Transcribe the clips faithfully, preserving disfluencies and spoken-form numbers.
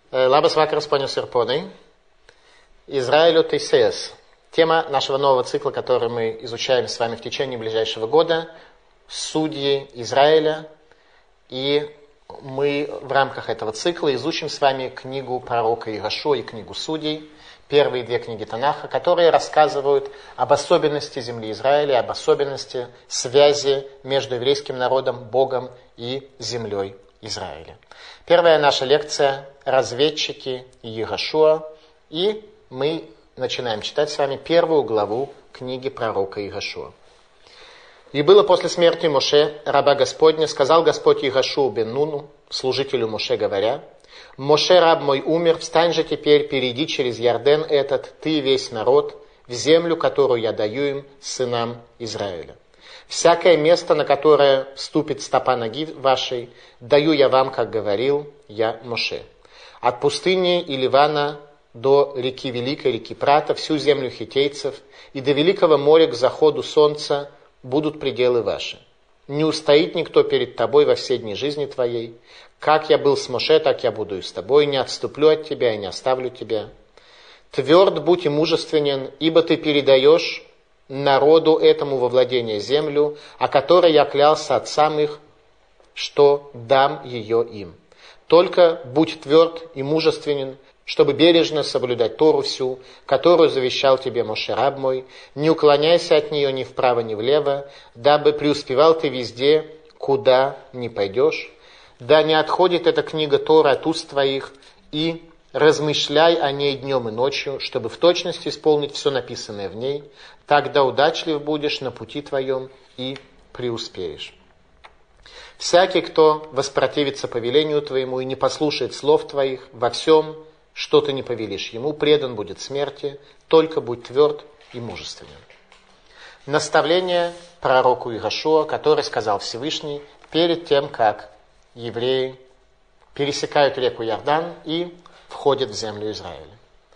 Labas vakaras, ponios ir ponai. Израилю Тейсеес. Тема нашего нового цикла, который мы изучаем с вами в течение ближайшего года. Судьи Израиля. И мы в рамках этого цикла изучим с вами книгу пророка Иерошуа и книгу Судей. Первые две книги Танаха, которые рассказывают об особенности земли Израиля, об особенности связи между еврейским народом, Богом и землей Израиля. Первая наша лекция «Разведчики Иерошуа». И мы начинаем читать с вами первую главу книги пророка Иерошуа. «И было после смерти Моше, раба Господня, сказал Господь Иерошуа бен Нуну, служителю Моше, говоря: Моше, раб мой, умер, встань же теперь, перейди через Ярден этот, ты и весь народ, в землю, которую я даю им, сынам Израиля. Всякое место, на которое ступит стопа ноги вашей, даю я вам, как говорил я Моше. От пустыни и Ливана до реки Великой, реки Прата, всю землю хиттейцев, и до Великого моря к заходу солнца будут пределы ваши. Не устоит никто перед тобой во все дни жизни твоей. Как я был с Моше, так я буду и с тобой, не отступлю от тебя и не оставлю тебя. Тверд будь и мужественен, ибо ты передаешь народу этому во владение землю, о которой я клялся отцам их, что дам ее им. Только будь тверд и мужественен, чтобы бережно соблюдать Тору всю, которую завещал тебе Моше, раб мой, не уклоняйся от нее ни вправо, ни влево, дабы преуспевал ты везде, куда ни пойдешь. Да не отходит эта книга Тора от уст твоих, и размышляй о ней днем и ночью, чтобы в точности исполнить все написанное в ней, тогда удачлив будешь на пути твоем и преуспеешь. Всякий, кто воспротивится повелению твоему и не послушает слов твоих во всем, что ты не повелишь ему, предан будет смерти, только будь тверд и мужественен». Наставление пророку Иерошуа, который сказал Всевышний перед тем, как евреи пересекают реку Иордан и входят в землю Израиля.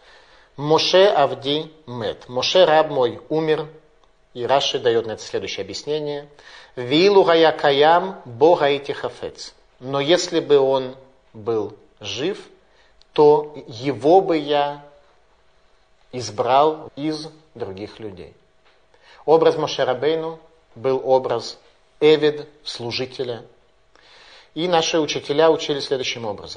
Моше Авди мет. Моше, раб мой, умер. И Раши дает на это следующее объяснение. Вилу гая каям бо гаити хафец. Но если бы он был жив, то его бы я избрал из других людей. Образ Моше Рабейну был образ Эвед, служителя. И наши учителя учили следующим образом.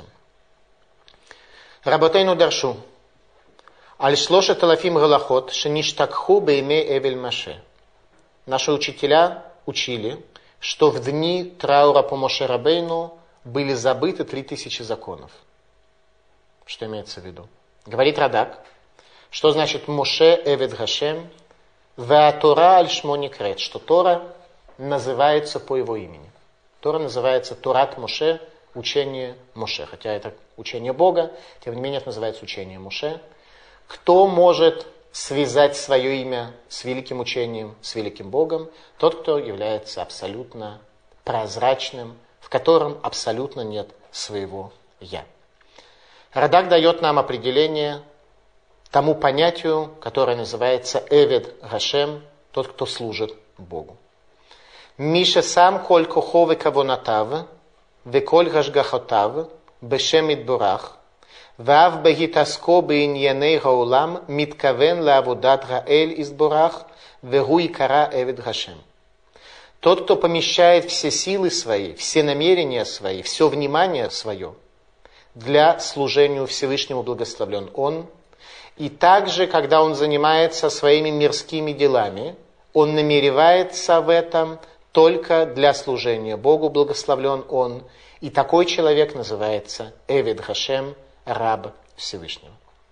Работейну даршу. Аль-шлошет алафим галахот шеништакху бейме эвель Моше. Наши учителя учили, что в дни траура по Моше Рабейну были забыты три тысячи законов. Что имеется в виду? Говорит Радак, что значит Моше Эвед Гашем, Ва Тора аль шмо никрет, что Тора называется по его имени. Тора называется Торат Моше, учение Моше. Хотя это учение Бога, тем не менее это называется учение Моше. Кто может связать свое имя с великим учением, с великим Богом? Тот, кто является абсолютно прозрачным, в котором абсолютно нет своего «я». Радак дает нам определение тому понятию, которое называется Эвед Гашем, тот, кто служит Богу. Миша сам коль коховы кавонатав, веколь гашгахотав, бешем идбурах, вав бегитаско бейньяней гаулам, миткавен лаавудат гаэль избурах, вегу икара Эвед Гашем. Тот, кто помещает все силы свои, все намерения свои, все внимание свое для служения Всевышнему, благословлен он. И также, когда он занимается своими мирскими делами, он намеревается в этом только для служения Богу, благословлен он. И такой человек называется Эвед Гашем, раб Всевышнего.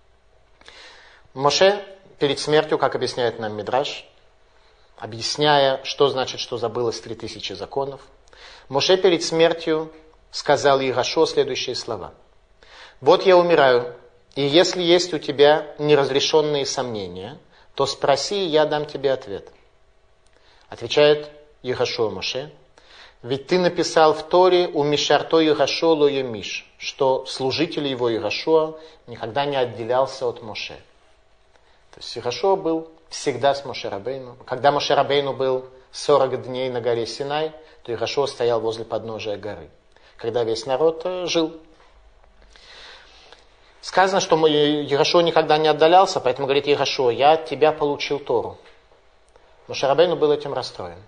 Моше перед смертью, как объясняет нам Мидраш, объясняя, что значит, что забылось три тысячи законов, Моше перед смертью сказал Иерошуа следующие слова. «Вот я умираю, и если есть у тебя неразрешенные сомнения, то спроси, и я дам тебе ответ». Отвечает Иерошуа Моше: «Ведь ты написал в Торе у Мишарто Иерошуа ло ямиш, что служитель его Иерошуа никогда не отделялся от Моше». То есть Иерошуа был всегда с Моше Рабейну. Когда Моше Рабейну был сорок дней на горе Синай, то Иерошуа стоял возле подножия горы, когда весь народ жил. Сказано, что Йеошуа никогда не отдалялся, поэтому говорит Йеошуа: я от тебя получил Тору. Моше Рабейну был этим расстроен.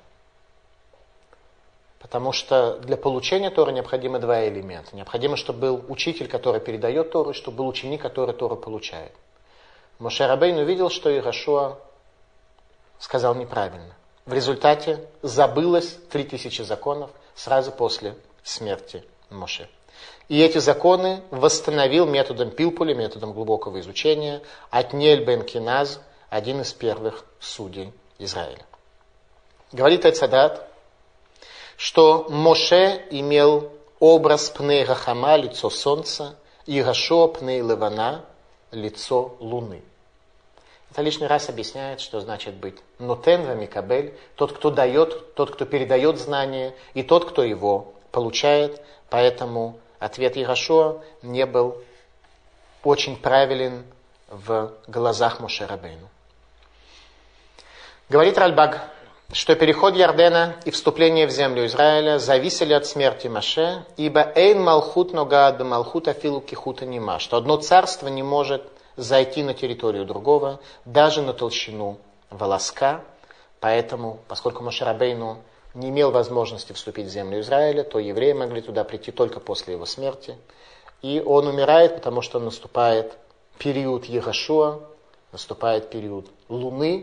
Потому что для получения Торы необходимы два элемента. Необходимо, чтобы был учитель, который передает Тору, и чтобы был ученик, который Тору получает. Моше Рабейну видел, что Йеошуа сказал неправильно. В результате забылось три тысячи законов сразу после смерти Моше. И эти законы восстановил методом пилпуля, методом глубокого изучения, Отниель бен Киназ, один из первых судей Израиля. Говорит Эцадат, что Моше имел образ пней Рахама, лицо солнца, и Йеошуа пней Левана, лицо луны. Это лишний раз объясняет, что значит быть нотен ва микабель, тот, кто дает, тот, кто передает знание, и тот, кто его получает. Поэтому ответ Йеошуа не был очень правилен в глазах Моше Рабейну. Говорит Ральбаг, что переход Ярдена и вступление в землю Израиля зависели от смерти Моше, ибо эйн малхут ногад малхут афилу кихута нима, что одно царство не может зайти на территорию другого, даже на толщину волоска. Поэтому, поскольку Моше Рабейну не имел возможности вступить в землю Израиля, то евреи могли туда прийти только после его смерти. И он умирает, потому что наступает период Йеошуа, наступает период Луны.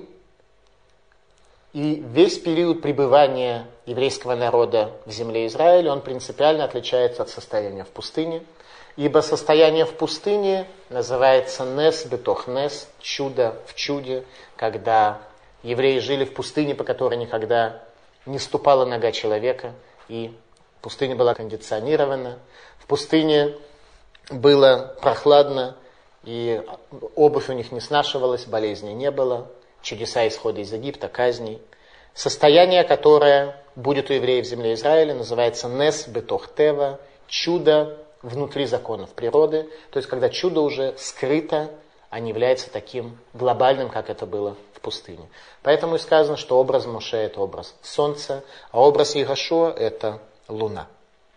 И весь период пребывания еврейского народа в земле Израиля, он принципиально отличается от состояния в пустыне. Ибо состояние в пустыне называется нес бетох нес, чудо в чуде, когда евреи жили в пустыне, по которой никогда не ступала нога человека, и пустыня была кондиционирована. В пустыне было прохладно, и обувь у них не снашивалась, болезней не было, чудеса исхода из Египта, казней. Состояние, которое будет у евреев в земле Израиля, называется нес бетох тева, чудо внутри законов природы, то есть когда чудо уже скрыто, а не является таким глобальным, как это было в пустыне. Поэтому и сказано, что образ Моше – это образ солнца, а образ Йеошуа – это луна.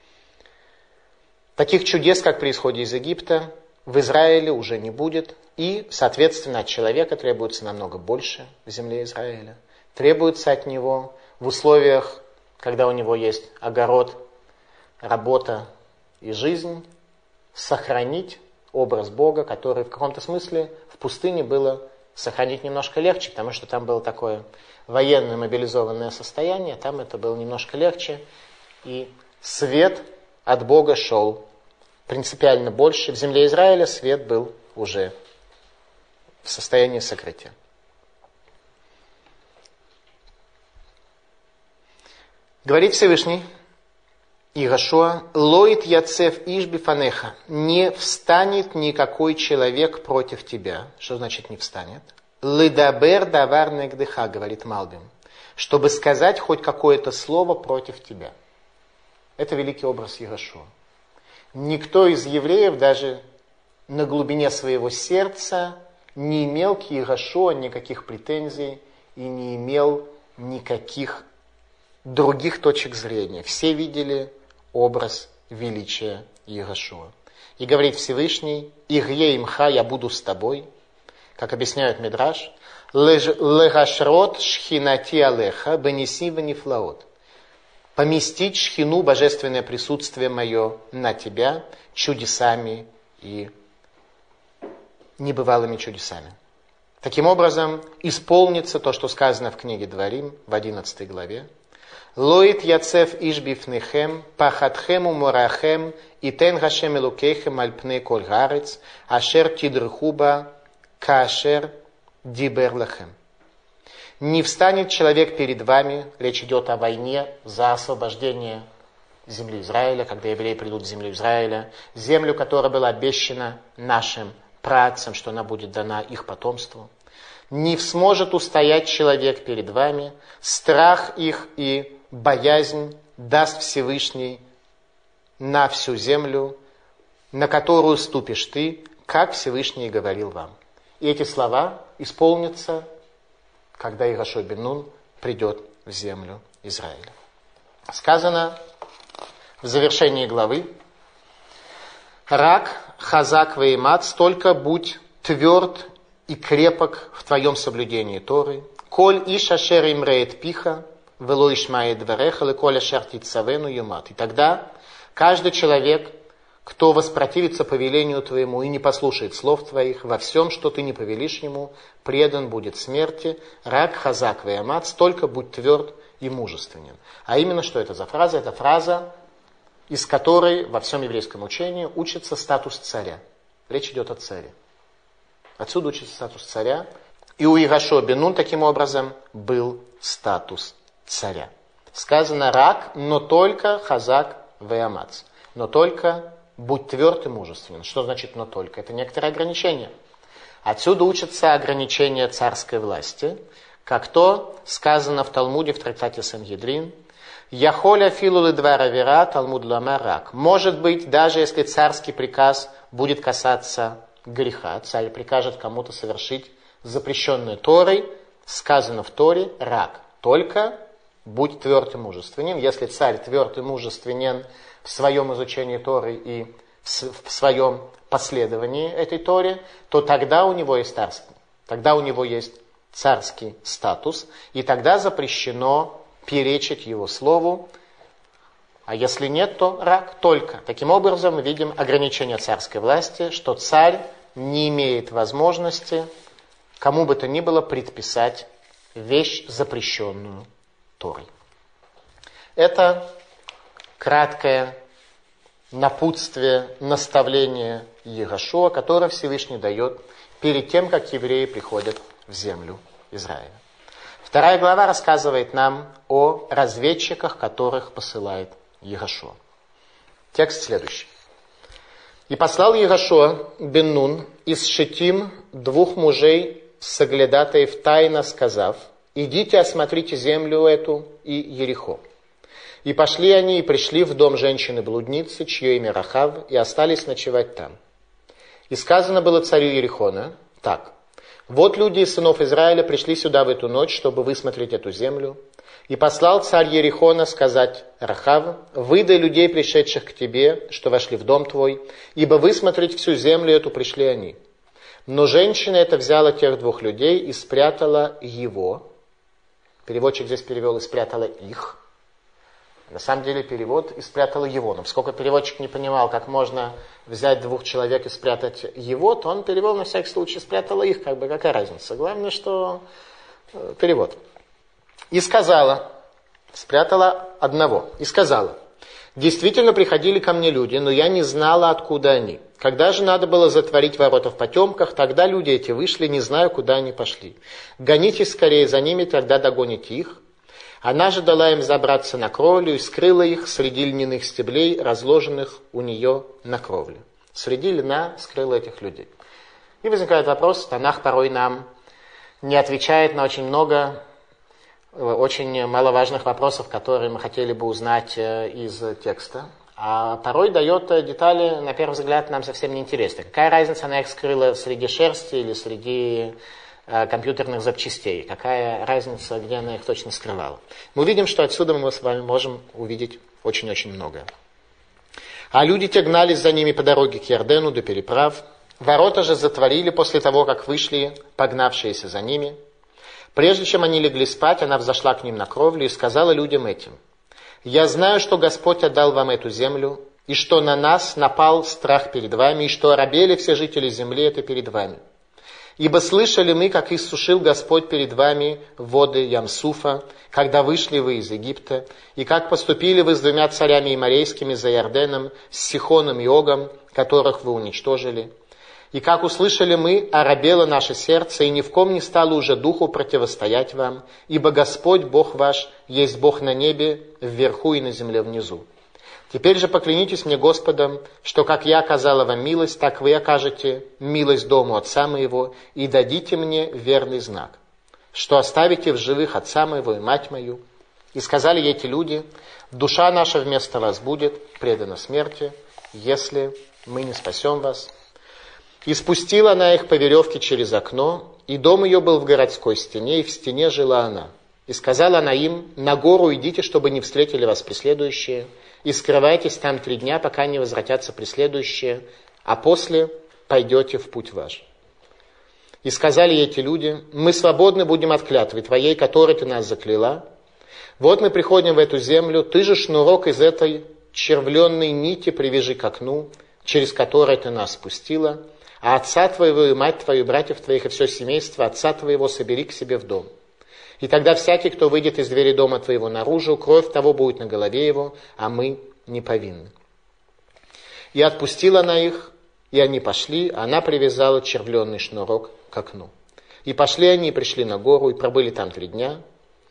Таких чудес, как при исходе из Египта, в Израиле уже не будет, и, соответственно, от человека требуется намного больше в земле Израиля. Требуется от него в условиях, когда у него есть огород, работа и жизнь, сохранить образ Бога, который в каком-то смысле в пустыне было сохранить немножко легче, потому что там было такое военное мобилизованное состояние, там это было немножко легче, и свет от Бога шел принципиально больше. В земле Израиля свет был уже в состоянии сокрытия. Говорит Всевышний Йеошуа: «Лоит яцев иш бифанеха», не встанет никакой человек против тебя. Что значит не встанет? «Лидабер давар негдеха», говорит Малбим, чтобы сказать хоть какое-то слово против тебя. Это великий образ Йеошуа. Никто из евреев даже на глубине своего сердца не имел к Йеошуа никаких претензий и не имел никаких других точек зрения. Все видели образ величия Йеошуа. И говорит Всевышний: «Игье имха, я буду с тобой», как объясняют Мидраш, «Легашрот шхинати алеха бенеси венифлаот», поместить шхину, божественное присутствие мое, на тебя чудесами и небывалыми чудесами. Таким образом, исполнится то, что сказано в книге Дворим в одиннадцатой главе: «Лоит яцев иш бифнехем, пахатхем уморахем, итен гашем элукейхем альпне коль гарец, ашер тидрхуба, кашер дибер лахем». Не встанет человек перед вами, речь идет о войне за освобождение земли Израиля, когда евреи придут в землю Израиля, землю, которая была обещана нашим працам, что она будет дана их потомству. Не сможет устоять человек перед вами, страх их и боязнь даст Всевышний на всю землю, на которую ступишь ты, как Всевышний говорил вам. И эти слова исполнятся, когда Йеошуа бен Нун придет в землю Израиля. Сказано в завершении главы: «Рак хазак веймат, столько будь тверд и крепок в твоем соблюдении Торы. Коль иш ашер имреет пиха, вело ишмает двереха, ле коль ашер титсавену юмат. И тогда каждый человек, кто воспротивится повелению твоему и не послушает слов твоих, во всем, что ты не повелишь ему, предан будет смерти. Рак хазак веймат, столько будь тверд и мужественен. А именно, что это за фраза? Это фраза, из которой во всем еврейском учении учится статус царя. Речь идет о царе. Отсюда учится статус царя. И у Иерошуа бен Нун таким образом был статус царя. Сказано рак, но только хазак веамац. Но только будь тверд и мужественен. Что значит но только? Это некоторые ограничения. Отсюда учатся ограничения царской власти, как то сказано в Талмуде в трактате Сангедрин. Яхоля филулы двара вера, Талмуд лама рак. Может быть, даже если царский приказ будет касаться греха, царь прикажет кому-то совершить запрещенное Торой, сказано в Торе рак. Только будь тверд и мужественен. Если царь тверд и мужественен в своем изучении Торы и в своем последовании этой Торе, то тогда у него есть царский, тогда у него есть царский статус, и тогда запрещено перечить его слову. А если нет, то рак только. Таким образом, мы видим ограничение царской власти, что царь не имеет возможности кому бы то ни было предписать вещь, запрещенную Торой. Это краткое напутствие, наставление Иерошуа, которое Всевышний дает перед тем, как евреи приходят в землю Израиля. Вторая глава рассказывает нам о разведчиках, которых посылает Иерошуа. Текст следующий. «И послал Иерошуа бен Нун из Шитим двух мужей соглядатаев тайно сказав: идите, осмотрите землю эту и Ерихо. И пошли они и пришли в дом женщины-блудницы, чье имя Рахав, и остались ночевать там. И сказано было царю Ерихона так: вот люди из сынов Израиля пришли сюда в эту ночь, чтобы высмотреть эту землю. И послал царь Ерихона сказать Рахав: выдай людей, пришедших к тебе, что вошли в дом твой, ибо высмотреть всю землю эту пришли они. Но женщина эта взяла тех двух людей и спрятала его. Переводчик здесь перевел и спрятала их. На самом деле перевод и спрятала его. Но поскольку переводчик не понимал, как можно взять двух человек и спрятать его, то он перевел на всякий случай спрятала их. Как бы какая разница? Главное, что э, перевод. И сказала, спрятала одного, и сказала: действительно приходили ко мне люди, но я не знала, откуда они. Когда же надо было затворить ворота в потемках, тогда люди эти вышли, не знаю, куда они пошли. Гонитесь скорее за ними, тогда догоните их. Она же дала им забраться на кровлю и скрыла их среди льняных стеблей, разложенных у нее на кровле. Среди льна скрыла этих людей. И возникает вопрос, Танах порой нам не отвечает на очень много, очень маловажных вопросов, которые мы хотели бы узнать из текста. А порой дает детали, на первый взгляд, нам совсем не интересны. Какая разница, она их скрыла среди шерсти или среди э, компьютерных запчастей? Какая разница, где она их точно скрывала? Мы увидим, что отсюда мы с вами можем увидеть очень-очень многое. А люди те гнались за ними по дороге к Ярдену до переправ. Ворота же затворили после того, как вышли погнавшиеся за ними. Прежде чем они легли спать, она взошла к ним на кровлю и сказала людям этим: «Я знаю, что Господь отдал вам эту землю, и что на нас напал страх перед вами, и что оробели все жители земли это перед вами. Ибо слышали мы, как иссушил Господь перед вами воды Ямсуфа, когда вышли вы из Египта, и как поступили вы с двумя царями иморейскими за Ярденом, с Сихоном и Огом, которых вы уничтожили. И как услышали мы, оробело наше сердце, и ни в ком не стало уже духу противостоять вам, ибо Господь, Бог ваш, есть Бог на небе, вверху и на земле внизу. Теперь же поклянитесь мне Господом, что как я оказала вам милость, так вы окажете милость дому отца моего, и дадите мне верный знак, что оставите в живых отца моего и мать мою». И сказали ей эти люди: «Душа наша вместо вас будет предана смерти, если мы не спасем вас». И спустила она их по веревке через окно, и дом ее был в городской стене, и в стене жила она. И сказала она им: на гору идите, чтобы не встретили вас преследующие, и скрывайтесь там три дня, пока не возвратятся преследующие, а после пойдете в путь ваш. И сказали эти люди: мы свободны будем от клятвы твоей, которой ты нас закляла. Вот мы приходим в эту землю, ты же шнурок из этой червленной нити привяжи к окну, через которое ты нас спустила, а отца твоего и мать твою, братьев твоих и все семейство отца твоего собери к себе в дом. И тогда всякий, кто выйдет из двери дома твоего наружу, кровь того будет на голове его, а мы не повинны. И отпустила она их, и они пошли, а она привязала червленный шнурок к окну. И пошли они, и пришли на гору, и пробыли там три дня,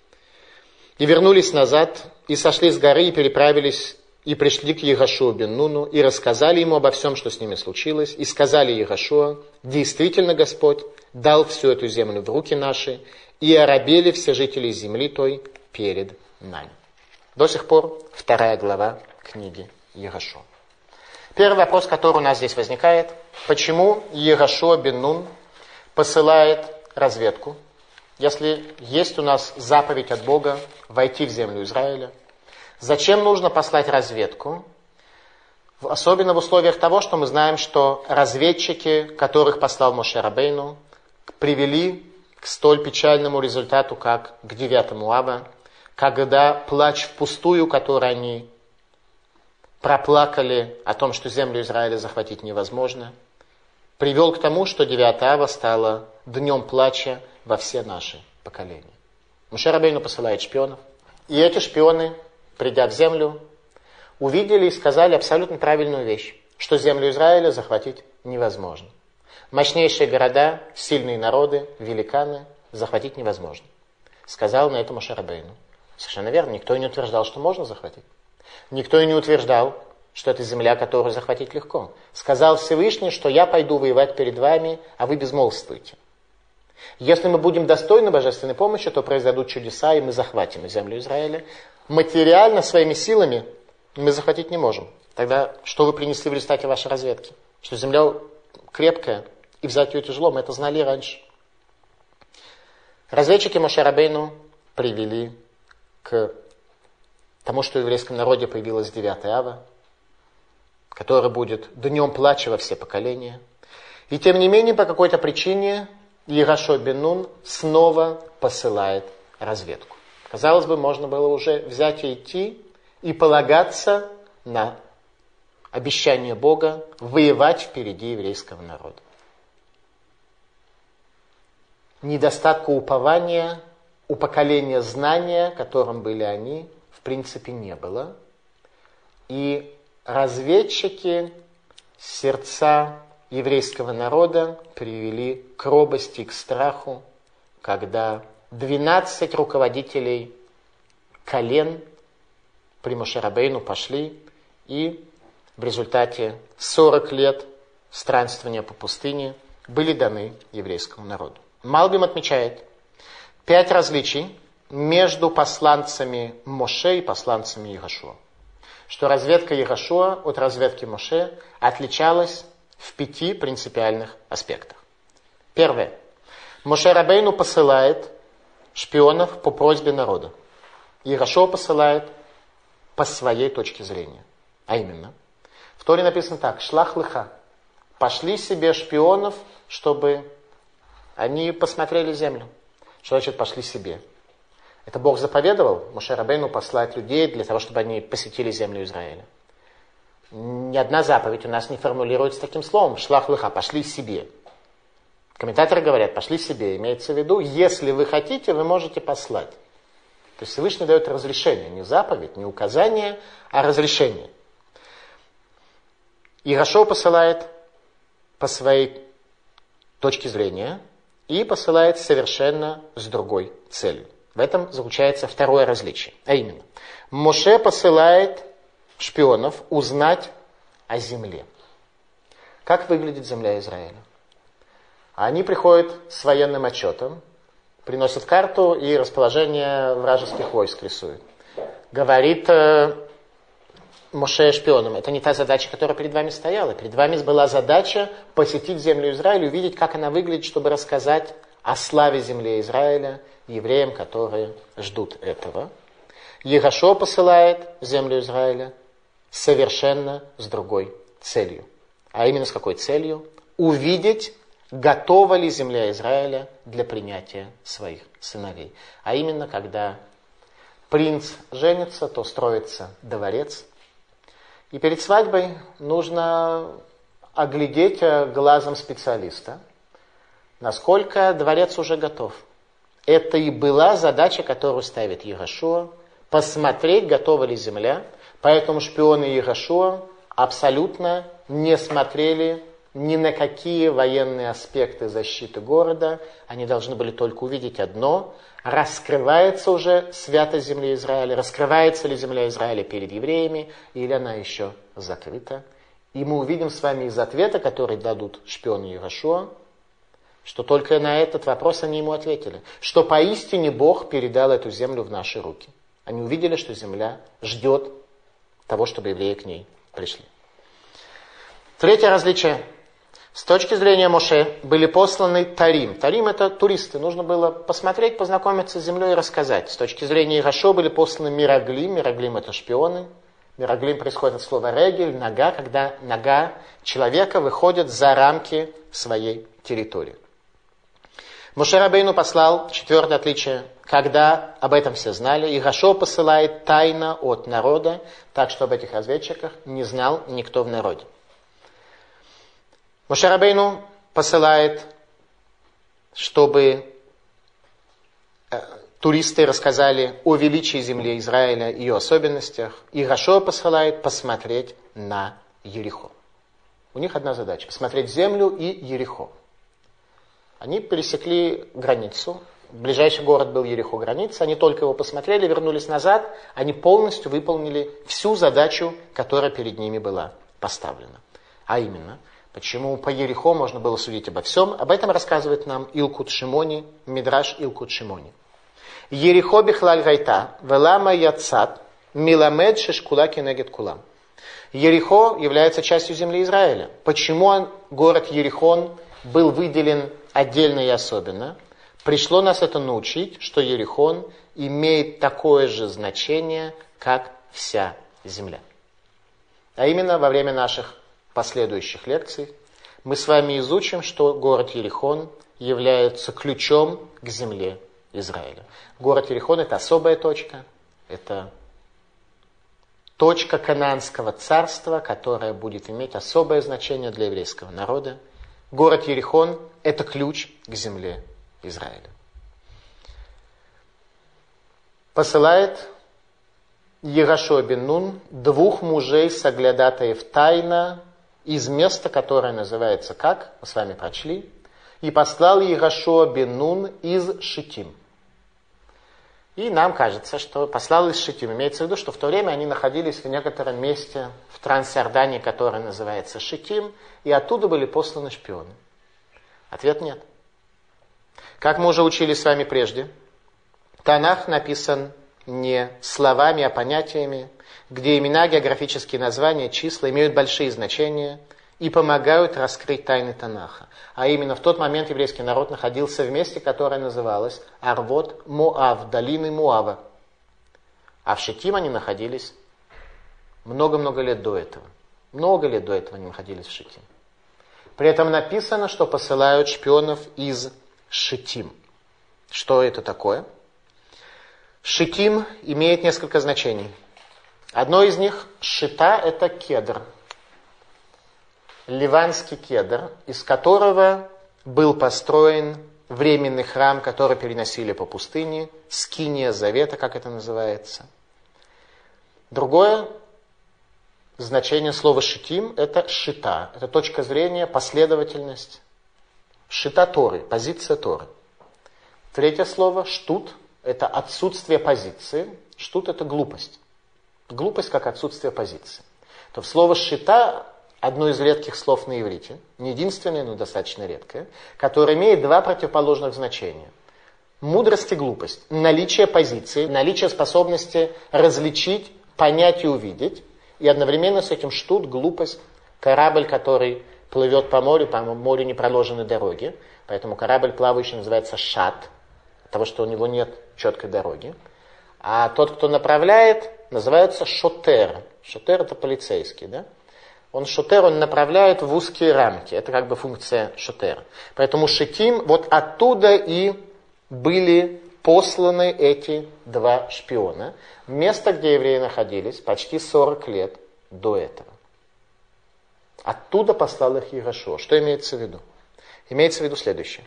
и вернулись назад, и сошли с горы, и переправились, и пришли к Егошуа бен Нуну, и рассказали ему обо всем, что с ними случилось, и сказали Егошуа: действительно Господь дал всю эту землю в руки наши, и оробели все жители земли той перед нами. До сих пор вторая глава книги Егошуа. Первый вопрос, который у нас здесь возникает: почему Егошуа бен Нун посылает разведку, если есть у нас заповедь от Бога войти в землю Израиля? Зачем нужно послать разведку? Особенно в условиях того, что мы знаем, что разведчики, которых послал Моше Рабейну, привели к столь печальному результату, как к девятому ава, когда плач впустую, который они проплакали о том, что землю Израиля захватить невозможно, привел к тому, что девятое ава стало днем плача во все наши поколения. Моше Рабейну посылает шпионов, и эти шпионы, придя в землю, увидели и сказали абсолютно правильную вещь, что землю Израиля захватить невозможно. Мощнейшие города, сильные народы, великаны захватить невозможно. Сказал на это Моше Рабейну. Совершенно верно, никто и не утверждал, что можно захватить. Никто и не утверждал, что это земля, которую захватить легко. Сказал Всевышний, что я пойду воевать перед вами, а вы безмолвствуйте. Если мы будем достойны божественной помощи, то произойдут чудеса, и мы захватим землю Израиля. Материально, своими силами мы захватить не можем. Тогда что вы принесли в результате вашей разведки? Что земля крепкая, и взять ее тяжело, мы это знали раньше. Разведчики Моше Рабейну привели к тому, что в еврейском народе появилась девятая ава, который будет днем плача во все поколения. И тем не менее, по какой-то причине Егошуа бен Нун снова посылает разведку. Казалось бы, можно было уже взять и идти и полагаться на обещание Бога воевать впереди еврейского народа. Недостатка упования у поколения знания, которым были они, в принципе не было. И разведчики сердца еврейского народа привели к робости, к страху, когда двенадцать руководителей колен при Моше Рабейну пошли, и в результате сорок лет странствования по пустыне были даны еврейскому народу. Малбим отмечает пять различий между посланцами Моше и посланцами Егошуа. Что разведка Егошуа от разведки Моше отличалась в пяти принципиальных аспектах. Первое. Моше Рабейну посылает шпионов по просьбе народа. Егошуа посылает по своей точке зрения. А именно, в Торе написано так: «Шлах леха». Пошли себе шпионов, чтобы они посмотрели землю. Что значит пошли себе? Это Бог заповедовал Моше Рабейну послать людей для того, чтобы они посетили землю Израиля. Ни одна заповедь у нас не формулируется таким словом: «Шлах леха», пошли себе. Комментаторы говорят, пошли себе. Имеется в виду, если вы хотите, вы можете послать. То есть Всевышний дает разрешение, не заповедь, не указание, а разрешение. Егошуа посылает по своей точке зрения и посылает совершенно с другой целью. В этом заключается второе различие. А именно, Моше посылает шпионов узнать о земле. Как выглядит земля Израиля? Они приходят с военным отчетом, приносят карту и расположение вражеских войск рисуют. Говорит э, Моше шпионам: это не та задача, которая перед вами стояла. Перед вами была задача посетить землю Израиля, увидеть, как она выглядит, чтобы рассказать о славе земли Израиля евреям, которые ждут этого. Егошуа посылает землю Израиля совершенно с другой целью. А именно с какой целью? Увидеть, готова ли земля Израиля для принятия своих сыновей. А именно, когда принц женится, то строится дворец. И перед свадьбой нужно оглядеть глазом специалиста, насколько дворец уже готов. Это и была задача, которую ставит Йеошуа, посмотреть, готова ли земля. Поэтому шпионы Йеошуа абсолютно не смотрели ни на какие военные аспекты защиты города. Они должны были только увидеть одно: раскрывается уже святость земли Израиля, раскрывается ли земля Израиля перед евреями, или она еще закрыта. И мы увидим с вами из ответа, который дадут шпионы Йеошуа, что только на этот вопрос они ему ответили, что поистине Бог передал эту землю в наши руки. Они увидели, что земля ждет того, чтобы евреи к ней пришли. Третье различие. С точки зрения Моше были посланы Тарим. Тарим — это туристы. Нужно было посмотреть, познакомиться с землей и рассказать. С точки зрения Йеошуа были посланы Мираглим. Мираглим — это шпионы. Мираглим происходит от слова регель, нога, когда нога человека выходит за рамки своей территории. Моше Рабейну послал, четвертое отличие, когда об этом все знали, Йеошуа посылает тайно от народа, так что об этих разведчиках не знал никто в народе. Моше Рабейну посылает, чтобы э, туристы рассказали о величии земли Израиля и ее особенностях. И Йеошуа посылает посмотреть на Ерихо. У них одна задача — посмотреть землю и Ерихо. Они пересекли границу. Ближайший город был Ерихо, граница. Они только его посмотрели, вернулись назад. Они полностью выполнили всю задачу, которая перед ними была поставлена. А именно, почему по Ерихо можно было судить обо всем, об этом рассказывает нам Илкут Шимони, Мидраш Илкут Шимони. Ерихо бихлаль гайта, велама яцат, миламед шешкула кенегет кулам. Ерихо является частью земли Израиля. Почему он, город Ерихон был выделен отдельно и особенно? Пришло нас это научить, что Ерихон имеет такое же значение, как вся земля. А именно во время наших последующих лекций мы с вами изучим, что город Ерихон является ключом к земле Израиля. Город Ерихон — это особая точка, это точка Канаанского царства, которая будет иметь особое значение для еврейского народа. Город Ерихон — это ключ к земле Израиля. Посылает Йеошуа бен Нун двух мужей соглядатаев тайно из места, которое называется как? Мы с вами прочли. И послал Йеошуа бен Нун из Шитим. И нам кажется, что послал из Шитим. Имеется в виду, что в то время они находились в некотором месте в Трансиордании, которое называется Шитим, и оттуда были посланы шпионы. Ответ — нет. Как мы уже учили с вами прежде, Танах написан не словами, а понятиями, где имена, географические названия, числа имеют большие значения и помогают раскрыть тайны Танаха. А именно в тот момент еврейский народ находился в месте, которое называлось Арвот Моав, долины Моава. А в Шитим они находились много-много лет до этого. Много лет до этого они находились в Шитим. При этом написано, что посылают шпионов из Шитим. Что это такое? Шитим имеет несколько значений. Одно из них — шита — это кедр. Ливанский кедр, из которого был построен временный храм, который переносили по пустыне, скиния завета, как это называется. Другое значение слова шитим — это шита. Это точка зрения, последовательность. Шита Торы, позиция Торы. Третье слово штут — это отсутствие позиции. Штут — это глупость. Глупость как отсутствие позиции. То слово шита — одно из редких слов на иврите, не единственное, но достаточно редкое, которое имеет два противоположных значения. Мудрость и глупость. Наличие позиции, наличие способности различить, понять и увидеть. И одновременно с этим штут, глупость, корабль, который плывет по морю, по морю не проложены дороги, поэтому корабль плавающий называется шат, от того, что у него нет четкой дороги. А тот, кто направляет, называется шотер. Шотер — это полицейский, да? Он шотер, он направляет в узкие рамки. Это как бы функция шотера. Поэтому шитим, вот оттуда и были посланы эти два шпиона. Место, где евреи находились, почти сорок лет до этого. Оттуда послал их Йерошуа. Что имеется в виду? Имеется в виду следующее.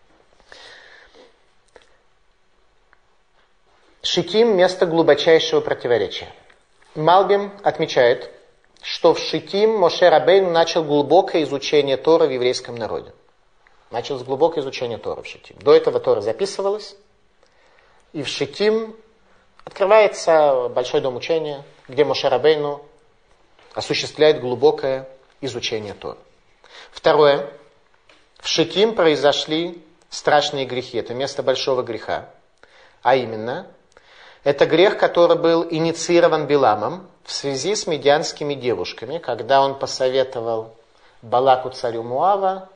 Шитим – место глубочайшего противоречия. Малбим отмечает, что в Шитим Моше Рабейну начал глубокое изучение Торы в еврейском народе. Начал с глубокого изучения Торы в Шитим. До этого Тора записывалась, и в Шитим открывается большой дом учения, где Моше Рабейну осуществляет глубокое изучение Торы. Второе. В Шитим произошли страшные грехи. Это место большого греха. А именно, это грех, который был инициирован Биламом в связи с медианскими девушками, когда он посоветовал Балаку, царю Муава,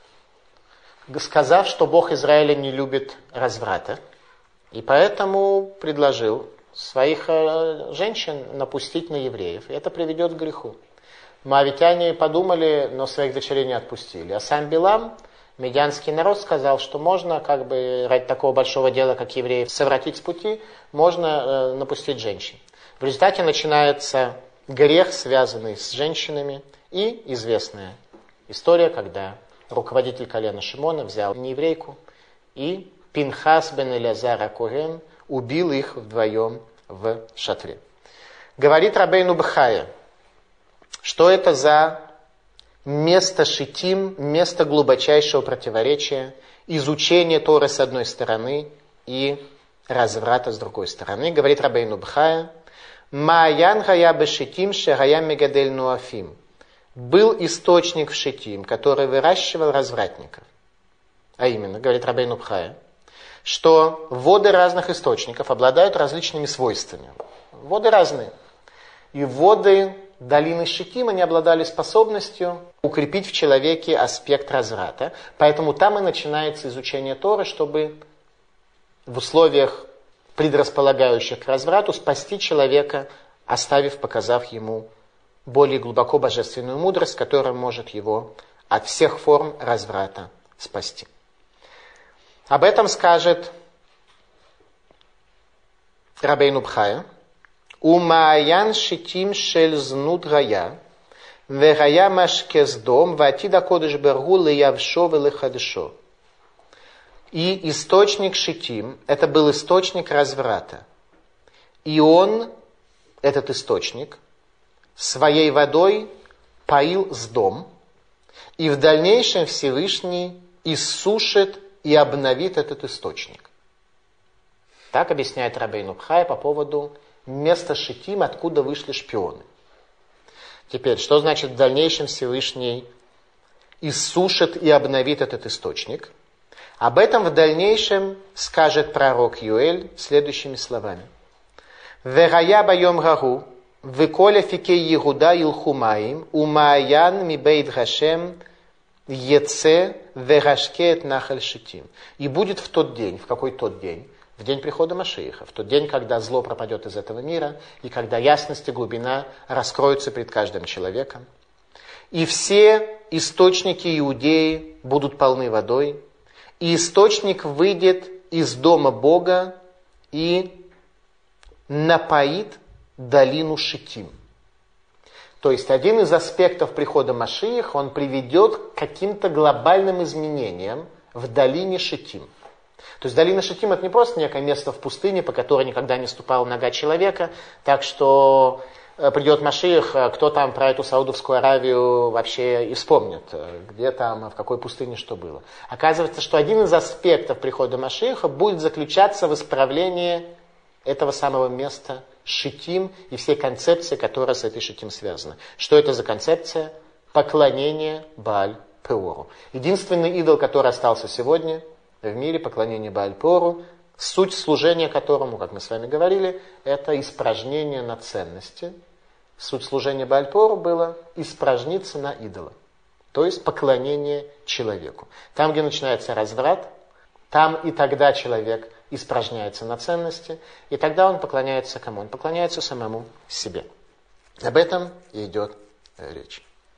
сказав, что Бог Израиля не любит разврата. И поэтому предложил своих женщин напустить на евреев. И это приведет к греху. Моавитяне подумали, но своих дочерей не отпустили. А сам Билам, медианский народ, сказал, что можно, как бы, ради такого большого дела, как евреев, совратить с пути, можно э, напустить женщин. В результате начинается грех, связанный с женщинами, и известная история, когда руководитель колена Шимона взял нееврейку, и Пинхас бен Элязар а-Коген убил их вдвоем в шатре. Говорит Рабейну Бхая, что это за место Шитим, место глубочайшего противоречия, изучения Торы с одной стороны и разврата с другой стороны. Говорит Рабейну Бхая, «Мааян гая бешитим шегая мегадель нуафим». Был источник в Шитим, который выращивал развратников. А именно, говорит Рабейну Бхая, что воды разных источников обладают различными свойствами. Воды разные. И воды долины Шитим, они обладали способностью укрепить в человеке аспект разврата. Поэтому там и начинается изучение Торы, чтобы в условиях, предрасполагающих к разврату, спасти человека, оставив, показав ему более глубоко божественную мудрость, которая может его от всех форм разврата спасти. Об этом скажет Рабейну Бхая. Умаян шитим шель знут гая, вегая машкездом, ватида кодыш бергу леявшо велехадшо. И источник Шитим, это был источник разврата. И он, этот источник, своей водой поил сдом, и в дальнейшем Всевышний иссушит и обновит этот источник. Так объясняет Рабейну Бхай по поводу места Шитим, откуда вышли шпионы. Теперь, что значит в дальнейшем Всевышний иссушит и обновит этот источник? Об этом в дальнейшем скажет пророк Юэль следующими словами. «Верая байом гагу, веколя фикей Егуда илхумаим, умаян ми бейт гашем, еце верашкет нахаль шитим». И будет в тот день, в какой тот день? В день прихода Машииха, в тот день, когда зло пропадет из этого мира, и когда ясность и глубина раскроются перед каждым человеком. И все источники Иудеи будут полны водой, и источник выйдет из дома Бога и напоит долину Шитим. То есть один из аспектов прихода Машииха, он приведет к каким-то глобальным изменениям в долине Шитим. То есть долина Шитим — это не просто некое место в пустыне, по которой никогда не ступала нога человека, так что придет Машиах, кто там про эту Саудовскую Аравию вообще и вспомнит, где там, в какой пустыне что было. Оказывается, что один из аспектов прихода Машиаха будет заключаться в исправлении этого самого места Шитим и всей концепции, которая с этой Шитим связана. Что это за концепция? Поклонение Бааль-Пеору. Единственный идол, который остался сегодня в мире, поклонение Бааль-Пеору, суть служения которому, как мы с вами говорили, это испражнение на ценности. Суть служения Бааль-Пеору было испражниться на идола, то есть поклонение человеку. Там, где начинается разврат, там и тогда человек испражняется на ценности, и тогда он поклоняется кому? Он поклоняется самому себе. Об этом и идет речь.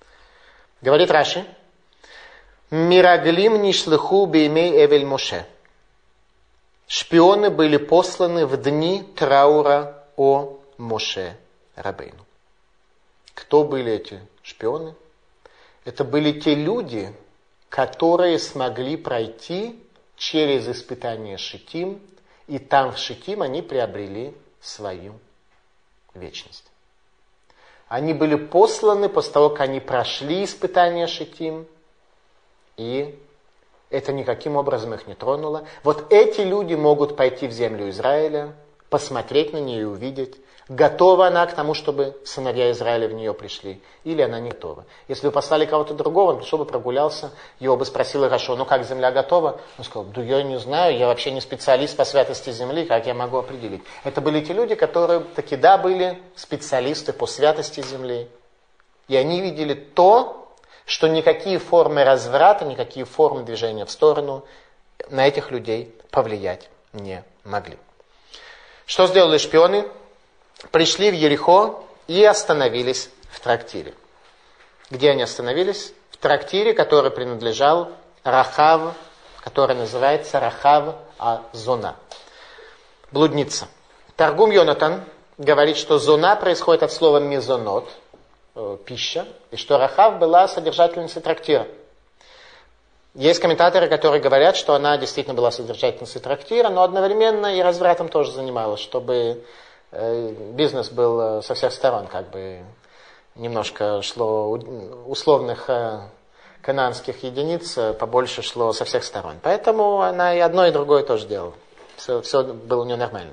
Говорит Раши, «Мираглим нишлыху беймей эвель Моше». Шпионы были посланы в дни траура о Моше Рабейну. Кто были эти шпионы? Это были те люди, которые смогли пройти через испытание Шитим, и там в Шитим они приобрели свою вечность. Они были посланы после того, как они прошли испытание Шитим, и это никаким образом их не тронуло. Вот эти люди могут пойти в землю Израиля, посмотреть на нее и увидеть, готова она к тому, чтобы сыновья Израиля в нее пришли, или она не готова. Если вы послали кого-то другого, он пришел бы, прогулялся, его бы спросили, хорошо, ну как земля готова? Он сказал, да я не знаю, я вообще не специалист по святости земли, как я могу определить? Это были те люди, которые таки да были специалисты по святости земли. И они видели то, что никакие формы разврата, никакие формы движения в сторону на этих людей повлиять не могли. Что сделали шпионы? Пришли в Ерихо и остановились в трактире. Где они остановились? В трактире, который принадлежал Рахав, который называется Рахав а-Зона. Блудница. Таргум Йонатан говорит, что зона происходит от слова мезонот, пища, и что Рахав была содержательницей трактира. Есть комментаторы, которые говорят, что она действительно была содержательницей трактира, но одновременно и развратом тоже занималась, чтобы бизнес был со всех сторон, как бы немножко шло условных кананских единиц, побольше шло со всех сторон. Поэтому она и одно, и другое тоже делала. Все, все было у нее нормально.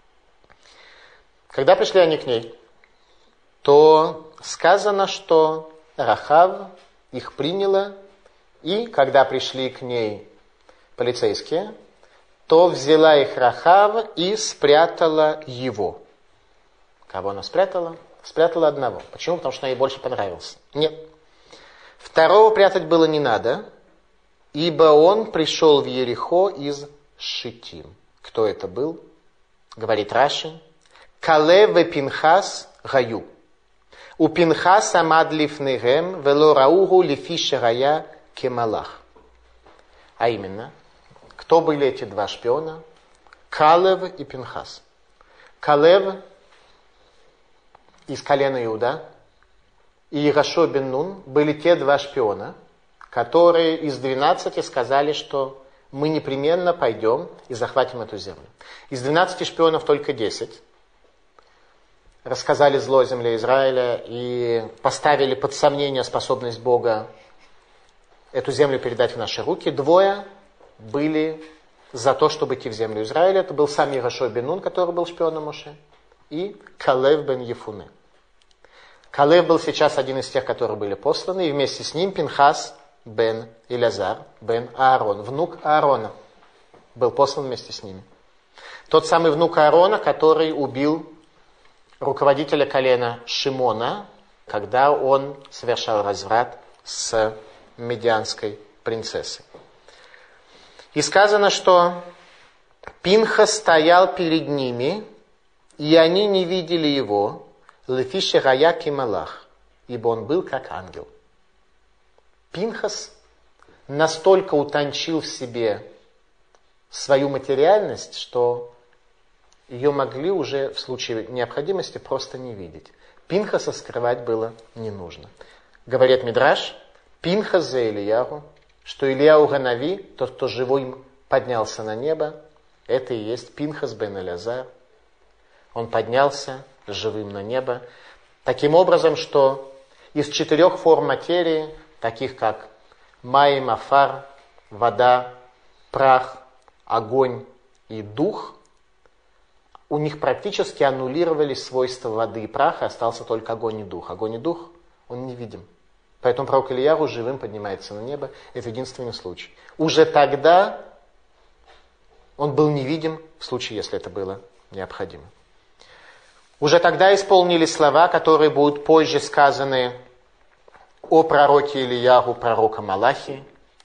Когда пришли они к ней, то сказано, что Рахав их приняла, и когда пришли к ней полицейские, то взяла их Рахав и спрятала его. Кого она спрятала? Спрятала одного. Почему? Потому что она ей больше понравился. Нет. Второго прятать было не надо, ибо он пришел в Ерихо из Шитим. Кто это был? Говорит Раши. Калев и Пинхас гаю. У Пинхаса мадлиф негем вело раугу лифиша гая кемалах. А именно, кто были эти два шпиона? Калев и Пинхас. Калев из колена Иуда и Ирашо бен Нун были те два шпиона, которые из двенадцати сказали, что мы непременно пойдем и захватим эту землю. Из двенадцати шпионов только десять рассказали зло о земле Израиля и поставили под сомнение способность Бога эту землю передать в наши руки. Двое были за то, чтобы идти в землю Израиля. Это был сам Ирашо бен Нун, который был шпионом Моше, и Калев бен Ефуне. Калев был сейчас один из тех, которые были посланы, и вместе с ним Пинхас бен Илязар бен Аарон, внук Аарона, был послан вместе с ними. Тот самый внук Аарона, который убил руководителя колена Шимона, когда он совершал разврат с медианской принцессой. И сказано, что Пинхас стоял перед ними, и они не видели его, лефише гая кемалах, ибо он был как ангел. Пинхас настолько утончил в себе свою материальность, что ее могли уже в случае необходимости просто не видеть. Пинхаса скрывать было не нужно. Говорит Мидраш, Пинхас за Ильяху, что Ильяу Ганави, тот, кто живой поднялся на небо, это и есть Пинхас бен Элязар. Он поднялся живым на небо. Таким образом, что из четырех форм материи, таких как маим, афар, вода, прах, огонь и дух, у них практически аннулировались свойства воды и праха, остался только огонь и дух. Огонь и дух, он невидим. Поэтому пророк Ильяру живым поднимается на небо. Это единственный случай. Уже тогда он был невидим, в случае, если это было необходимо. Уже тогда исполнились слова, которые будут позже сказаны о пророке Ильяру, пророка Малахи.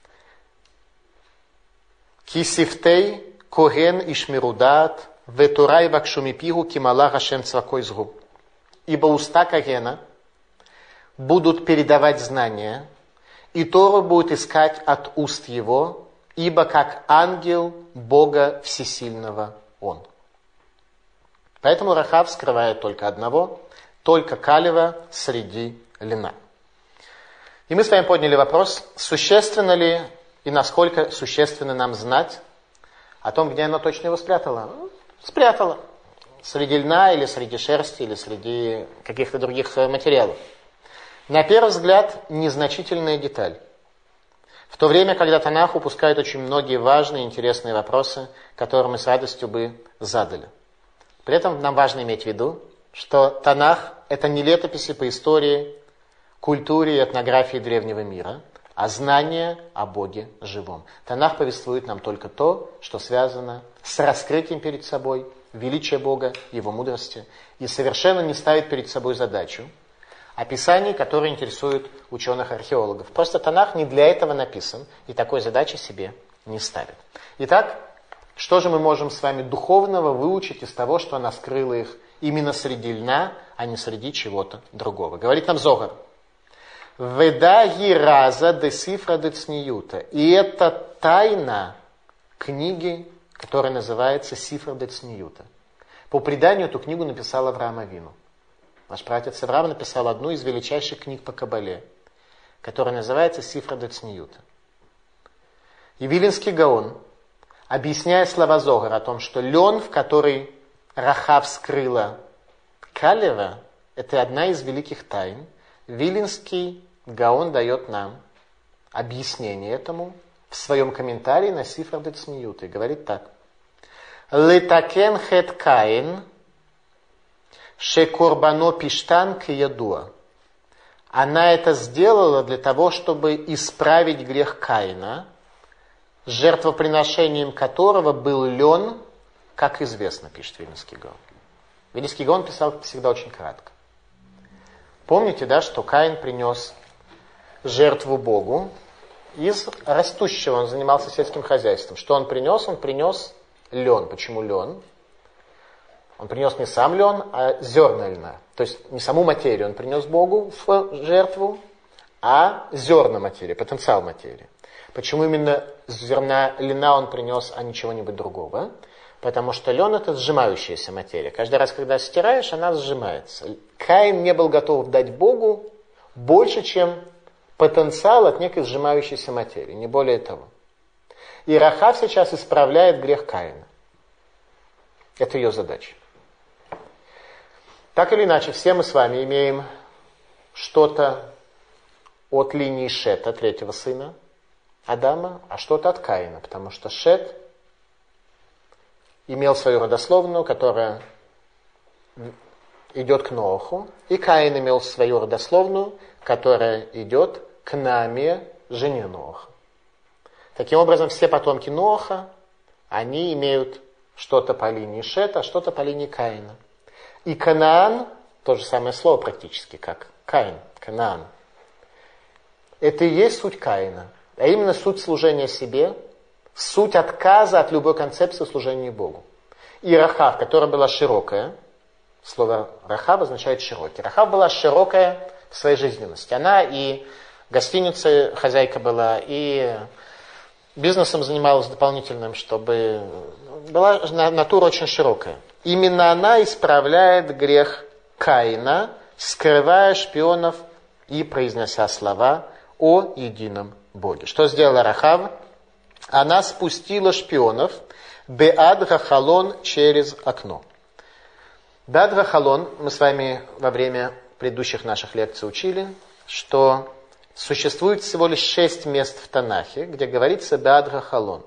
Кисифтей коген ишмирудат ветурай вакшумипигу кимала гашем цвакой згуб. Ибо уста Когена будут передавать знания, и Тору будет искать от уст его, ибо как ангел Бога Всесильного он». Поэтому Рахав скрывает только одного, только Калева среди льна. И мы с вами подняли вопрос, существенно ли и насколько существенно нам знать о том, где она точно его спрятала. Спрятала. Среди льна или среди шерсти, или среди каких-то других материалов. На первый взгляд, незначительная деталь. В то время, когда Танах упускает очень многие важные и интересные вопросы, которые мы с радостью бы задали. При этом нам важно иметь в виду, что Танах – это не летописи по истории, культуре и этнографии древнего мира, а знание о Боге живом. Танах повествует нам только то, что связано с раскрытием перед собой величия Бога, Его мудрости, и совершенно не ставит перед собой задачу описаний, которые интересуют ученых-археологов. Просто Танах не для этого написан, и такой задачи себе не ставит. Итак, что же мы можем с вами духовного выучить из того, что она скрыла их именно среди льна, а не среди чего-то другого? Говорит нам Зогар. «Веда гираза де сифра де цниюта». И это тайна книги, которая называется «Сифра де цниюта». По преданию эту книгу написал Авраам Авину. Наш праотец Авраам написал одну из величайших книг по Кабале, которая называется «Сифра де цниюта». И Вилинский Гаон, объясняя слова Зогара о том, что лен, в который Рахав скрыла Калева, это одна из великих тайн, Вилинский Гаон дает нам объяснение этому в своем комментарии на Сифра де цниюта и говорит так. «Летакен хет Каин ше корбано пиштан киядуа». Она это сделала для того, чтобы исправить грех Каина, жертвоприношением которого был лен, как известно, пишет Вилинский Гаон. Вилинский Гаон писал всегда очень кратко. Помните, да, что Каин принес жертву Богу из растущего, он занимался сельским хозяйством. Что он принес? Он принес лен. Почему лен? Он принес не сам лен, а зерна льна. То есть не саму материю он принес Богу в жертву, а зерна материи, потенциал материи. Почему именно зерна льна он принес, а не чего-нибудь другого? Потому что лен это сжимающаяся материя. Каждый раз, когда стираешь, она сжимается. Каин не был готов дать Богу больше, чем потенциал от некой сжимающейся материи, не более того. И Рахав сейчас исправляет грех Каина. Это ее задача. Так или иначе, все мы с вами имеем что-то от линии Шета, третьего сына Адама, а что-то от Каина, потому что Шет имел свою родословную, которая идет к Ноаху, и Каин имел свою родословную, которая идет к Нааме, жене Ноаха. Таким образом, все потомки Ноаха, они имеют что-то по линии Шета, что-то по линии Каина. И Канаан, то же самое слово практически, как Каин, Канаан, это и есть суть Каина, а именно суть служения себе, суть отказа от любой концепции служения Богу. И Рахав, которая была широкая, слово Рахав означает широкий. Рахав была широкая в своей жизненности. Она и гостиницей хозяйка была, и бизнесом занималась дополнительным, чтобы... Была натура очень широкая. Именно она исправляет грех Каина, скрывая шпионов и произнося слова о едином Боге. Что сделала Рахав? Она спустила шпионов беад гахалон через окно. Беад гахалон, мы с вами во время предыдущих наших лекций учили, что существует всего лишь шесть мест в Танахе, где говорится беад гахалон.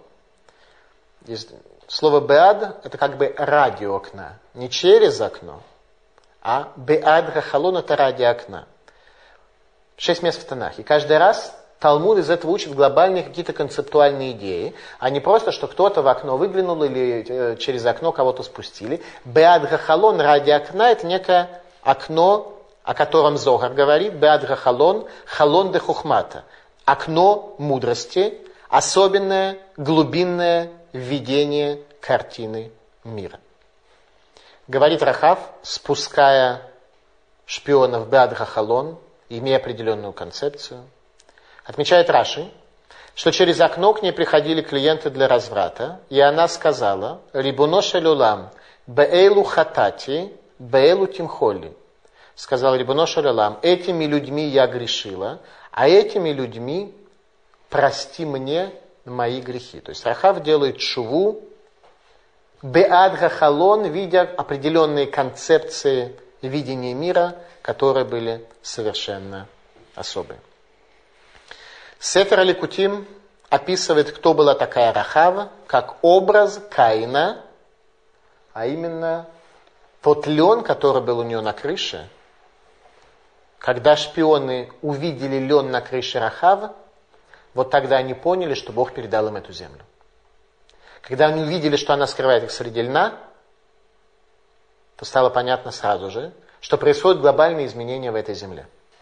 Слово беад это как бы ради окна. Не через окно, а беад гахалон это ради окна. Шесть мест в Танахе. И каждый раз Талмуд из этого учит глобальные какие-то концептуальные идеи, а не просто, что кто-то в окно выглянул или через окно кого-то спустили. Беад гахалон ради окна это некое окно, о котором Зогар говорит. Беад гахалон, халон де хухмата. Окно мудрости, особенное, глубинное видение картины мира. Говорит Рахав, спуская шпионов беад гахалон, имея определенную концепцию. Отмечает Раши, что через окно к ней приходили клиенты для разврата, и она сказала: «Рибуно шелюлам, беэлу хатати, беэлу тимхоли». Сказал Рибуно шелюлам: «Этими людьми я грешила, а этими людьми прости мне мои грехи». То есть Рахав делает шуву, беад гахалон, видя определенные концепции видения мира, которые были совершенно особые. Сефер Ликутим описывает, кто была такая Рахав, как образ Каина, а именно тот лен, который был у нее на крыше. Когда шпионы увидели лен на крыше Рахав, вот тогда они поняли, что Бог передал им эту землю. Когда они увидели, что она скрывает их среди льна, то стало понятно сразу же, что происходят глобальные изменения в этой земле.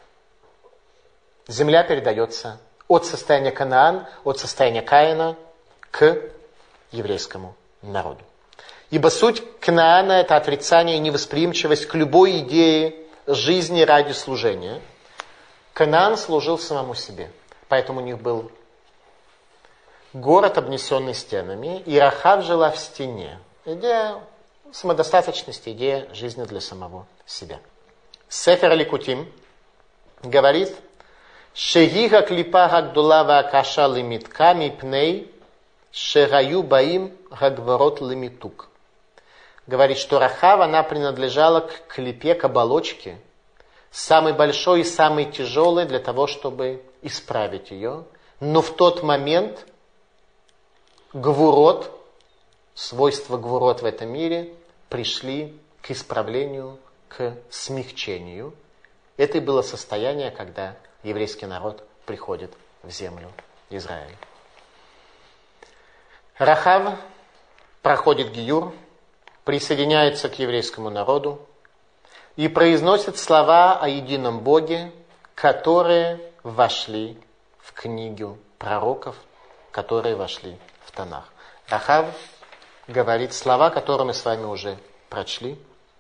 Земля передается от состояния Канаан, от состояния Каина к еврейскому народу. Ибо суть Кнаана – это отрицание и невосприимчивость к любой идее жизни ради служения. Канаан служил самому себе, поэтому у них был город, обнесенный стенами, и Рахав жила в стене. Идея самодостаточности, идея жизни для самого себя. Сефер Ликутим говорит: «Шегига клипа гагдула ваакаша лимитка мипней шераю баим гагворот лимитук». Говорит, что Рахав, она принадлежала к клипе, к оболочке, самой большой и самой тяжелой для того, чтобы исправить ее. Но в тот момент гвурот, свойства гвурот в этом мире, пришли к исправлению, к смягчению. Это и было состояние, когда еврейский народ приходит в землю Израиля. Рахав проходит гиюр, присоединяется к еврейскому народу и произносит слова о едином Боге, которые вошли в книгу пророков, которые вошли в Танах. Рахав говорит слова, которые мы с вами уже прочли.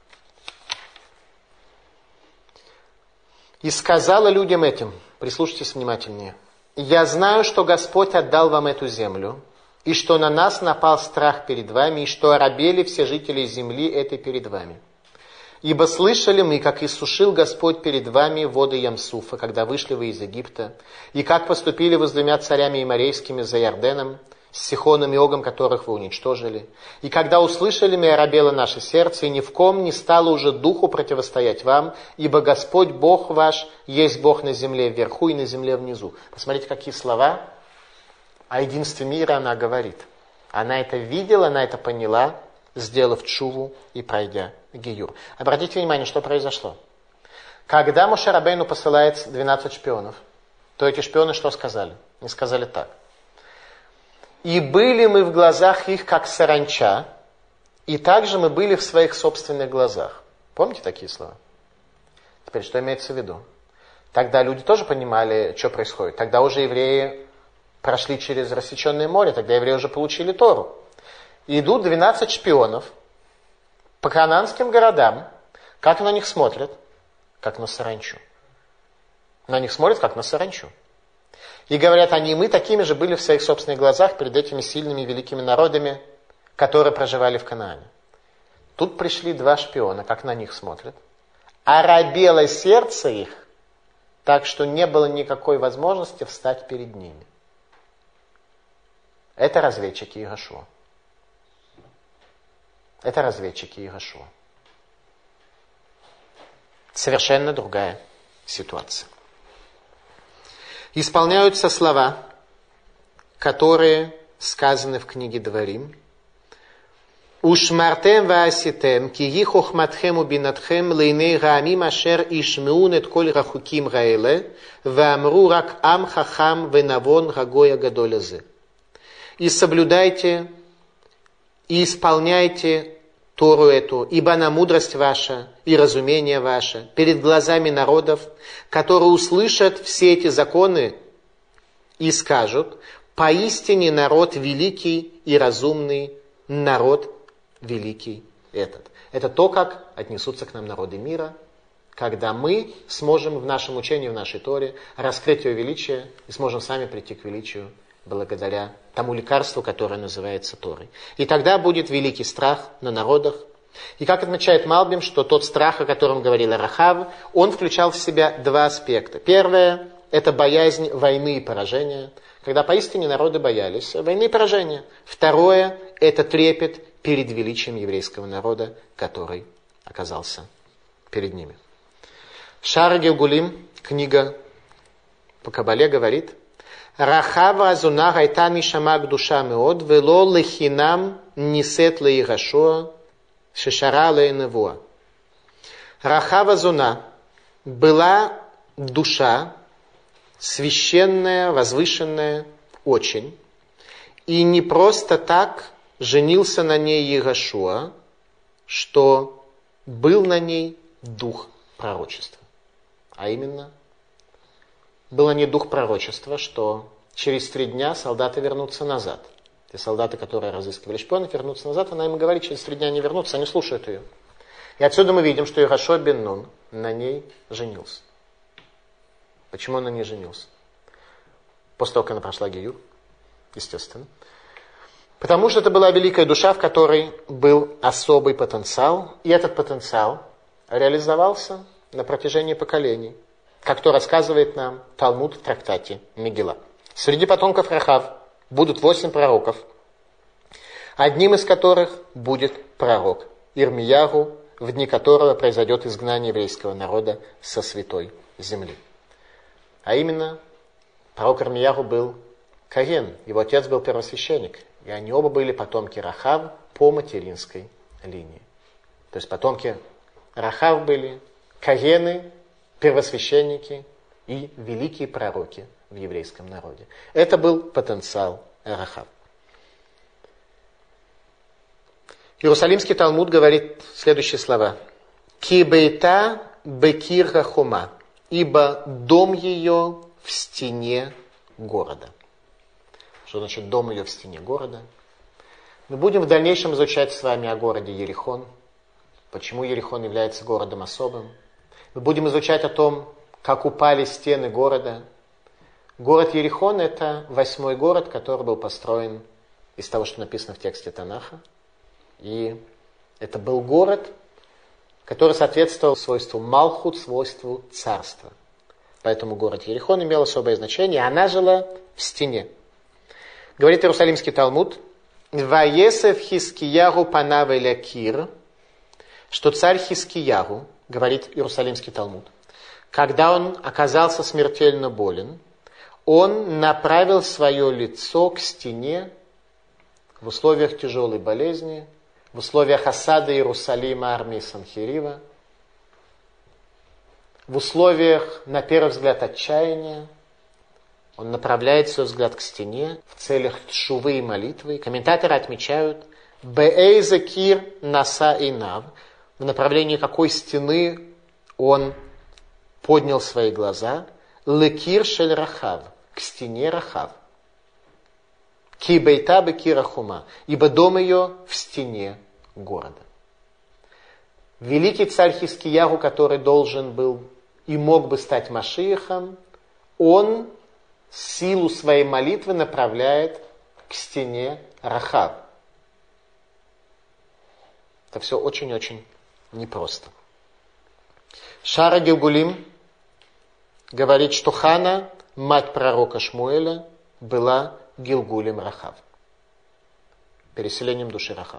«И сказала людям этим», прислушайтесь внимательнее: «Я знаю, что Господь отдал вам эту землю, и что на нас напал страх перед вами, и что оробели все жители земли этой перед вами. Ибо слышали мы, как иссушил Господь перед вами воды Ямсуфа, когда вышли вы из Египта, и как поступили вы с двумя царями иморейскими за Ярденом, с Сихоном и Огом, которых вы уничтожили. И когда услышали мы, оробело наше сердце, и ни в ком не стало уже духу противостоять вам, ибо Господь Бог ваш есть Бог на земле вверху и на земле внизу». Посмотрите, какие слова о единстве мира она говорит. Она это видела, она это поняла, сделав тшуву и пройдя гиюр. Обратите внимание, что произошло. Когда Моше Рабейну посылает двенадцать шпионов, то эти шпионы что сказали? Они сказали так: «И были мы в глазах их, как саранча, и также мы были в своих собственных глазах». Помните такие слова? Теперь, что имеется в виду? Тогда люди тоже понимали, что происходит. Тогда уже евреи прошли через рассеченное море, тогда евреи уже получили Тору. И идут двенадцать шпионов по ханаанским городам. Как на них смотрят? Как на саранчу. На них смотрят, как на саранчу. И говорят они: мы такими же были в своих собственных глазах перед этими сильными великими народами, которые проживали в Канаане. Тут пришли два шпиона, как на них смотрят. Оробело сердце их, так что не было никакой возможности встать перед ними. Это разведчики Иешуа. Это разведчики Иешуа. Совершенно другая ситуация. Исполняются слова, которые сказаны в книге Дворим. «Ушмартем вааситем, ки хохматхем убинатхем, лейней раамим ашер ишмеун эт коль рахуким гаэле, ваамру рак ам хахам венавон гагоя гадолязе». И соблюдайте, и исполняйте Тору эту, ибо она мудрость ваша и разумение ваше перед глазами народов, которые услышат все эти законы и скажут: поистине народ великий и разумный, народ великий этот. Это то, как отнесутся к нам народы мира, когда мы сможем в нашем учении, в нашей Торе раскрыть ее величие и сможем сами прийти к величию благодаря тому лекарству, которое называется Торой. И тогда будет великий страх на народах. И как отмечает Малбим, что тот страх, о котором говорила Рахав, он включал в себя два аспекта. Первое – это боязнь войны и поражения, когда поистине народы боялись войны и поражения. Второе – это трепет перед величием еврейского народа, который оказался перед ними. Шар Гилгулим, книга по Кабале, говорит: Рахава азуна гайта мишамак душа меод, вело лехинам нисет леирашоа, шешара лееневуа. Рахава зуна была душа, священная, возвышенная, очень. И не просто так женился на ней Иерошуа, что был на ней дух пророчества. А именно, был на ней дух пророчества, что через три дня солдаты вернутся назад. Те солдаты, которые разыскивали шпионов, вернутся назад. Она им говорит, через три дня они вернутся, они слушают ее. И отсюда мы видим, что Иерошуа бен Нун на ней женился. Почему он на ней женился? После того, как она прошла гиюр, естественно. Потому что это была великая душа, в которой был особый потенциал. И этот потенциал реализовался на протяжении поколений, как то рассказывает нам Талмуд в трактате Мегилла. Среди потомков Рахав будут восемь пророков, одним из которых будет пророк Ирмиягу, в дни которого произойдет изгнание еврейского народа со святой земли. А именно, пророк Ирмиягу был коген, его отец был первосвященник, и они оба были потомки Рахав по материнской линии. То есть потомки Рахав были коены, первосвященники и великие пророки в еврейском народе. Это был потенциал Рахав. Иерусалимский Талмуд говорит следующие слова. «Ки бейта бекир хахума», ибо дом ее в стене города. Что значит дом ее в стене города? Мы будем в дальнейшем изучать с вами о городе Ерихон. Почему Ерихон является городом особым. Мы будем изучать о том, как упали стены города. Город Ерихон – это восьмой город, который был построен из того, что написано в тексте Танаха. И это был город, который соответствовал свойству Малхут, свойству царства. Поэтому город Ерихон имел особое значение, она жила в стене. Говорит Иерусалимский Талмуд: «Ваесев Хискиягу панав эля кир», что царь Хискиягу, говорит Иерусалимский Талмуд, когда он оказался смертельно болен, он направил свое лицо к стене в условиях тяжелой болезни, в условиях осады Иерусалима армии Санхерива, в условиях, на первый взгляд, отчаяния. Он направляет свой взгляд к стене в целях тшувы и молитвы. Комментаторы отмечают: «Беэйзе кир наса инав», в направлении какой стены он поднял свои глаза, «Лекир шель Рахав», к стене Рахав. «Ки бейта бекира хума», ибо дом ее в стене города. Великий царь Хискиягу, который должен был и мог бы стать Машиахом, он силу своей молитвы направляет к стене Рахав. Это все очень-очень непросто. Шара Гилгулим говорит, что Хана, мать пророка Шмуэля, была Гилгулем Рахав, переселением души Рахав.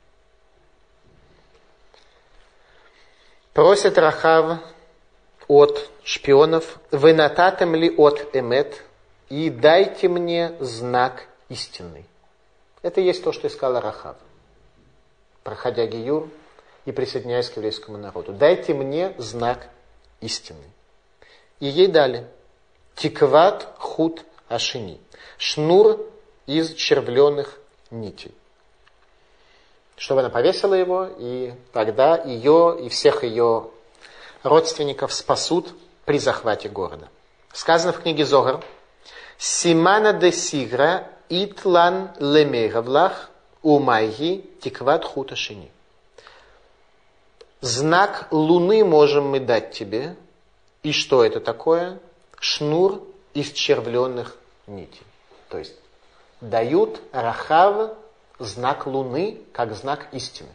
Просит Рахав от шпионов: «Вы нататем ли от эмет, и дайте мне знак истинный». Это есть то, что искала Рахав, проходя гиюр и присоединяясь к еврейскому народу. «Дайте мне знак истинный». И ей дали тикват худ ашини, шнур из червленых нитей, чтобы она повесила его, и тогда ее и всех ее родственников спасут при захвате города. Сказано в книге Зогар: «Симана де сигра итлан лемейравлах умайги тикват худ ашини». знак луны можем мы дать тебе. И что это такое? Шнур из червленных нитей. То есть дают Рахав знак луны как знак истины.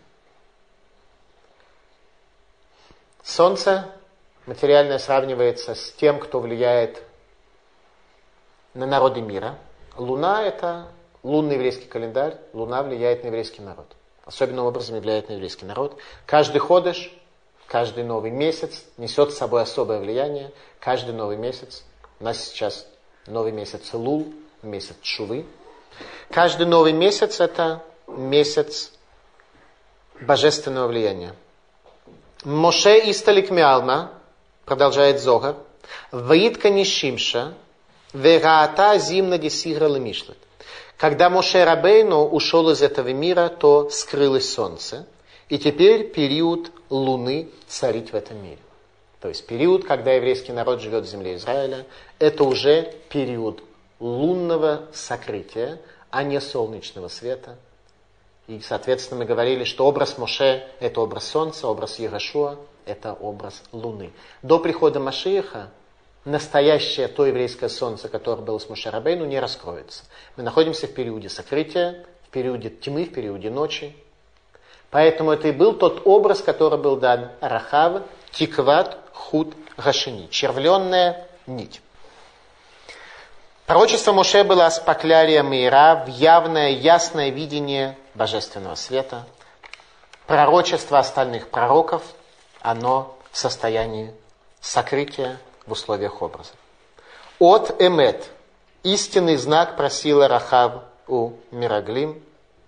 Солнце материальное сравнивается с тем, кто влияет на народы мира. Луна – это лунный еврейский календарь. Луна влияет на еврейский народ. Особенным образом влияет на еврейский народ. Каждый ходыш, каждый новый месяц несет с собой особое влияние. Каждый новый месяц, у нас сейчас новый месяц Элул, месяц Шувы. Каждый новый месяц – это месяц божественного влияния. Моше исталик миалма, продолжает Зогар, ваитка нишимша, вераата зимна десигра лемишлет. Когда Моше Рабейну ушел из этого мира, то скрылось солнце, и теперь период луны царит в этом мире. То есть период, когда еврейский народ живет в земле Израиля, это уже период лунного сокрытия, а не солнечного света. И, соответственно, мы говорили, что образ Моше – это образ солнца, образ Йерошуа – это образ луны. До прихода Машиаха настоящее то еврейское солнце, которое было с Моше Рабейну, не раскроется. Мы находимся в периоде сокрытия, в периоде тьмы, в периоде ночи. Поэтому это и был тот образ, который был дан Рахав, Тикват, Худ, Гашини, червленная нить. Пророчество Моше было аспаклярия Меира, в явное, ясное видение божественного света. Пророчество остальных пророков, оно в состоянии сокрытия в условиях образа. От Эмет, истинный знак просила Рахав у Мираглим.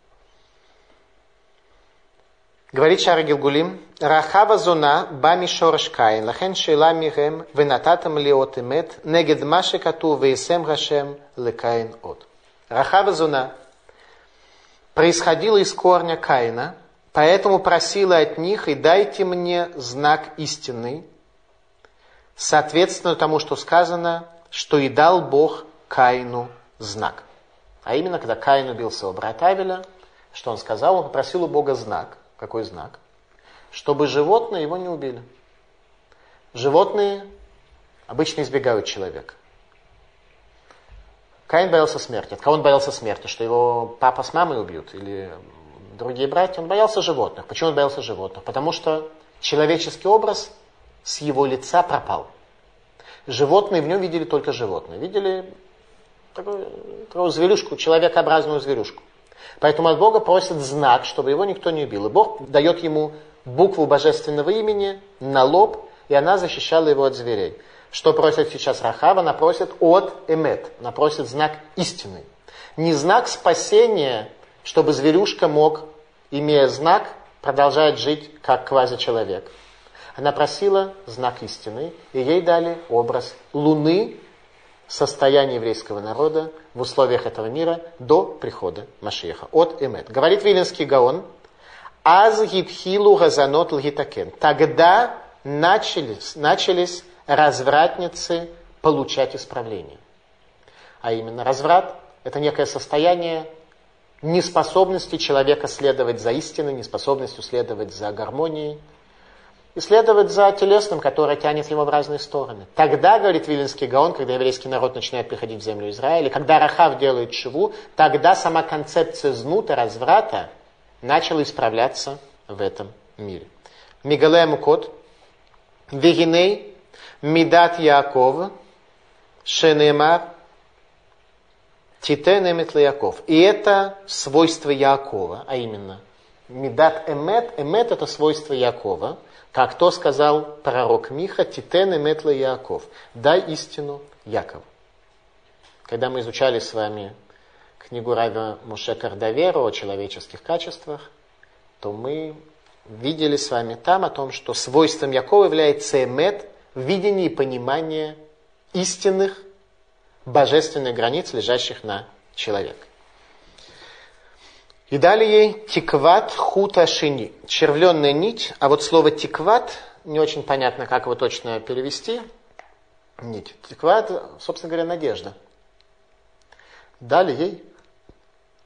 Говорит Шар Гилгулим, Рахава зона бами шораш каин, лахен шейла мирем, венататам леот эмет, негед маше кату веесем гашем лекаин от. Рахава зона происходила из корня Каина, поэтому просила от них, и дайте мне знак истинный, соответственно тому, что сказано, что и дал Бог Каину знак. А именно, когда Каин убил своего брата Авеля, что он сказал? Он попросил у Бога знак. Какой знак? Чтобы животные его не убили. Животные обычно избегают человека. Каин боялся смерти. От кого он боялся смерти? Что его папа с мамой убьют? Или другие братья? Он боялся животных. Почему он боялся животных? Потому что человеческий образ с его лица пропал. Животные в нем видели только животные. Видели такую, такую зверюшку, человекообразную зверюшку. Поэтому от Бога просит знак, чтобы его никто не убил. И Бог дает ему букву божественного имени на лоб, и она защищала его от зверей. Что просит сейчас Рахав? Она просит от Эмет. Она просит знак истины. Не знак спасения, чтобы зверюшка мог, имея знак, продолжать жить как квази-человек. Она просила знак истины, и ей дали образ луны, состояние еврейского народа в условиях этого мира до прихода Машиаха. От Эмет. Говорит Виленский Гаон, «Аз гитхилу газанот лгитакен». Тогда начались, начались развратницы получать исправление. А именно, разврат – это некое состояние неспособности человека следовать за истиной, неспособностью следовать за гармонией, и следовать за телесным, которое тянет его в разные стороны. Тогда, говорит Виленский Гаон, когда еврейский народ начинает приходить в землю Израиля, когда Рахав делает шиву, тогда сама концепция знута, разврата, начала исправляться в этом мире. Мигалея Мукот, Вегиней, Мидат Яаков, Шенемар, Титен Эмет Яков. И это свойство Яакова, а именно Мидат Эмет, Эмет это свойство Яакова, как то сказал пророк Миха, Титен Эмет Яаков, дай истину Якову. Когда мы изучали с вами книгу Рава Моше Кардавера о человеческих качествах, то мы видели с вами там о том, что свойством Якова является Эмет, видение и понимание истинных божественных границ, лежащих на человеке. И дали ей тикват хута шини, червленная нить, а вот слово тикват, не очень понятно, как его точно перевести, нить. Тикват, собственно говоря, надежда. Дали ей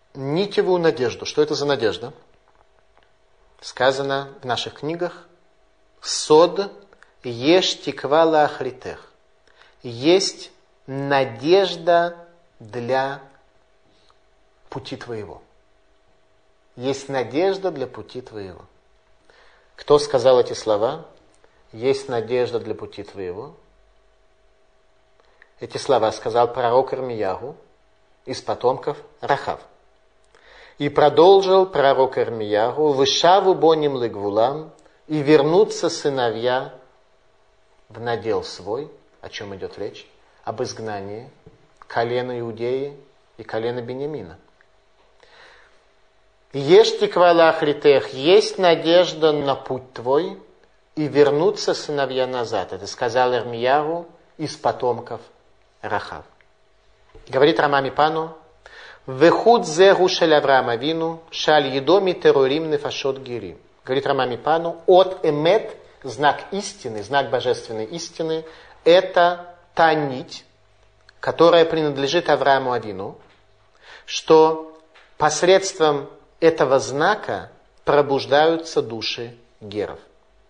нитевую надежду. Что это за надежда? Сказано в наших книгах, Сод еш тиква лаахритех. Есть надежда для пути твоего. Есть надежда для пути твоего. Кто сказал эти слова? Есть надежда для пути твоего. Эти слова сказал пророк Ирмиягу из потомков Рахав. И продолжил пророк Ирмиягу: «Вышаву боним легвулам», и вернутся сыновья в надел свой. О чем идет речь? Об изгнании колена Иудеи и колена Беньямина. «Ешь тиква лаахритех», есть надежда на путь твой, и вернутся сыновья назад. Это сказал Ирмиягу из потомков Рахав. Говорит Рамам Ипану: «Вехуд зегу шель Авраам Авину, шаль едоми терорим нефашот гирим». Говорит Рамам Ипану, от эмет, знак истины, знак божественной истины, это та нить, которая принадлежит Аврааму Авину, что посредством этого знака пробуждаются души геров.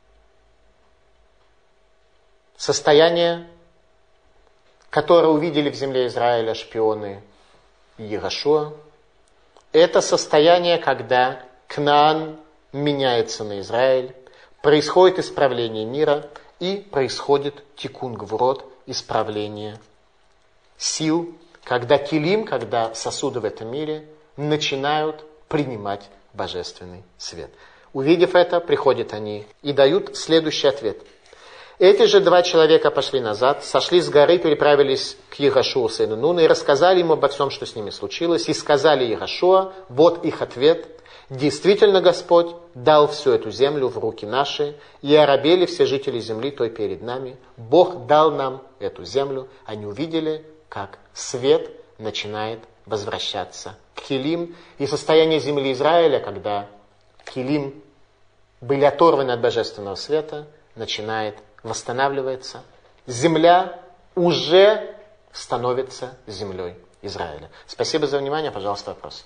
Состояние, которое увидели в земле Израиля шпионы Иерошуа, это состояние, когда Кнаан меняется на Израиль, происходит исправление мира и происходит тикун гвурот, исправление сил, когда килим, когда сосуды в этом мире начинают принимать божественный свет. Увидев это, приходят они и дают следующий ответ. Эти же два человека пошли назад, сошли с горы, переправились к Иерошуа, сыну Нуна, и рассказали ему обо всем, что с ними случилось, и сказали Иерошуа, вот их ответ: действительно Господь дал всю эту землю в руки наши, и оробели все жители земли той перед нами. Бог дал нам эту землю. Они увидели, как свет начинает возвращаться к килим, и состояние земли Израиля, когда килим были оторваны от божественного света, начинает восстанавливаться. Земля уже становится землей Израиля. Спасибо за внимание. Пожалуйста, вопрос.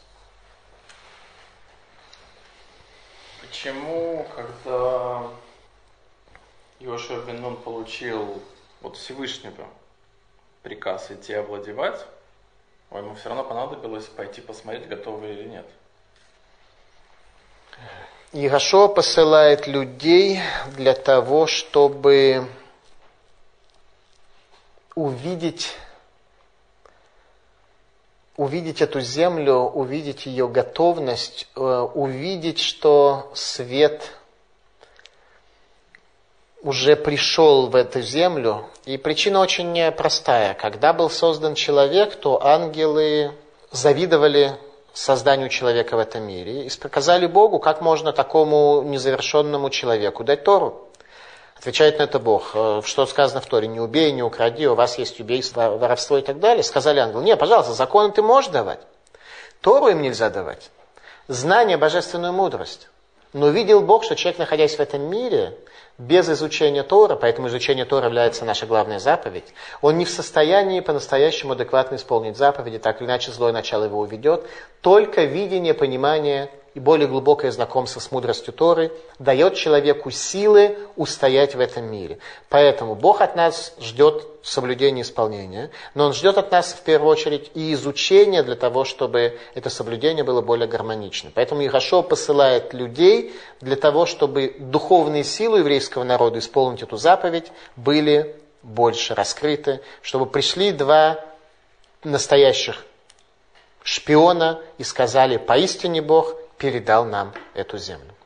Почему, когда Йошуа бен Нун получил от Всевышнего приказ идти овладевать, ему все равно понадобилось пойти посмотреть, готовы или нет? Йошуа посылает людей для того, чтобы увидеть, увидеть эту землю, увидеть ее готовность, увидеть, что свет уже пришел в эту землю. И причина очень простая. Когда был создан человек, то ангелы завидовали созданию человека в этом мире и сказали Богу, как можно такому незавершенному человеку дать Тору. Отвечает на это Бог. Что сказано в Торе? Не убей, не укради, у вас есть убийство, воровство и так далее. Сказали ангелы: нет, пожалуйста, законы ты можешь давать. Тору им нельзя давать. Знание, божественную мудрость. Но видел Бог, что человек, находясь в этом мире, без изучения Тора, поэтому изучение Тора является наша главная заповедь, он не в состоянии по-настоящему адекватно исполнить заповеди, так или иначе злое начало его уведет. Только видение, понимание и более глубокое знакомство с мудростью Торы дает человеку силы устоять в этом мире. Поэтому Бог от нас ждет соблюдения и исполнения, но Он ждет от нас в первую очередь и изучения для того, чтобы это соблюдение было более гармоничным. Поэтому Йошуа посылает людей для того, чтобы духовные силы еврейского народа исполнить эту заповедь были больше раскрыты, чтобы пришли два настоящих шпиона и сказали: поистине Бог передал нам эту землю.